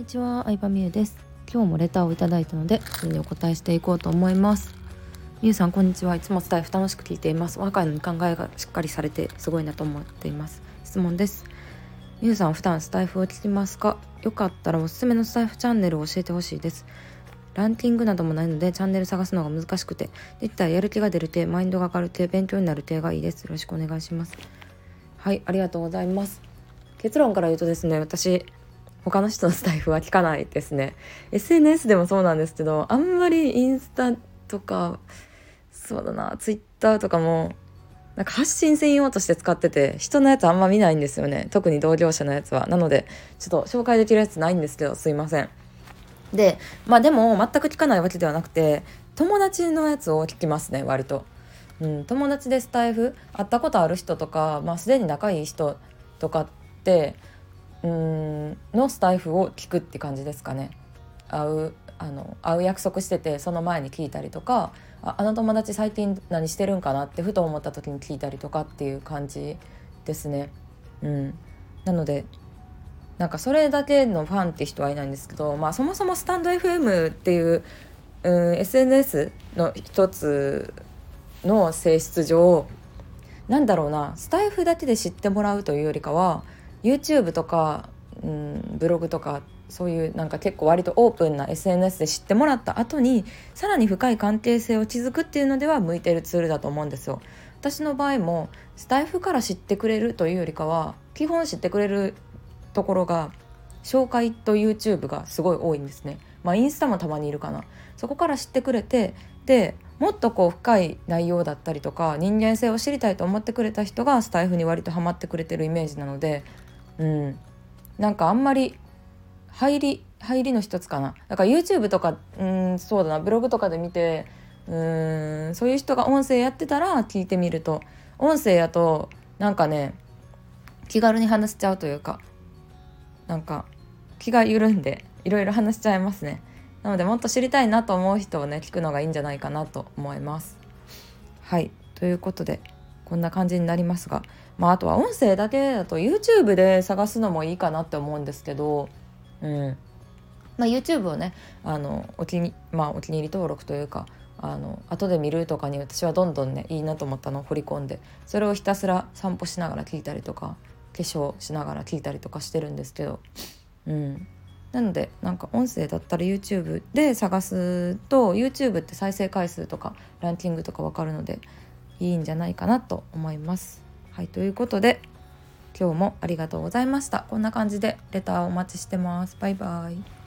ちは、相葉美優です。今日もレターをいただいたので、それにお答えしていこうと思います。美優さん、こんにちは。いつもスタイフ楽しく聞いています。若いのに考えがしっかりされてすごいなと思っています。質問です。美優さん、普段スタイフを聞きますか？よかったらおすすめのスタイフチャンネルを教えてほしいです。ランキングなどもないのでチャンネル探すのが難しくて、できたらやる気が出る系、マインドが上がる系、勉強になる系がいいです。よろしくお願いします。はい、ありがとうございます。結論から言うとですね、私他の人のスタイフは聞かないですね。 SNS でもそうなんですけど、あんまりインスタとか、そうだな、ツイッターとかもなんか発信専用として使ってて、人のやつあんま見ないんですよね、特に同業者のやつは。なのでちょっと紹介できるやつないんですけど、すいません。ででも全く聞かないわけではなくて、友達のやつを聞きますね、割と。友達でスタイフ会ったことある人とか、すでに仲いい人とかってのスタイフを聞くって感じですかね。会う約束してて、その前に聞いたりとか、あの友達最近何してるんかなってふと思った時に聞いたりとかっていう感じですね。なのでなんかそれだけのファンって人はいないんですけど、そもそもスタンド FM っていう、SNS の一つの性質上、なんだろうな、スタイフだけで知ってもらうというよりかは YouTube とか、ブログとか、そういうなんか結構割とオープンな SNS で知ってもらった後にさらに深い関係性を築くっていうのでは向いてるツールだと思うんですよ。私の場合もスタイフから知ってくれるというよりかは、基本知ってくれるところが紹介と YouTube がすごい多いんですね。インスタもたまにいるかな。そこから知ってくれて、でもっと深い内容だったりとか人間性を知りたいと思ってくれた人がスタイフに割とハマってくれてるイメージなので、なんかあんまり入りの一つかな。だから YouTube とか、そうだな、ブログとかで見て、そういう人が音声やってたら聞いてみると、音声やとなんかね、気軽に話しちゃうというか、なんか気が緩んでいろいろ話しちゃいますね。なのでもっと知りたいなと思う人をね、聞くのがいいんじゃないかなと思います。はい、ということでこんな感じになりますが、あとは音声だけだと YouTube で探すのもいいかなって思うんですけど、YouTube をね、お気に入り登録というか、後で見るとかに私はどんどんね、いいなと思ったのを掘り込んで、それをひたすら散歩しながら聞いたりとか、化粧しながら聞いたりとかしてるんですけど、なのでなんか音声だったら YouTube で探すと YouTube って再生回数とかランキングとか分かるのでいいんじゃないかなと思います。はい、ということで今日もありがとうございました。こんな感じでレターをお待ちしてます。バイバイ。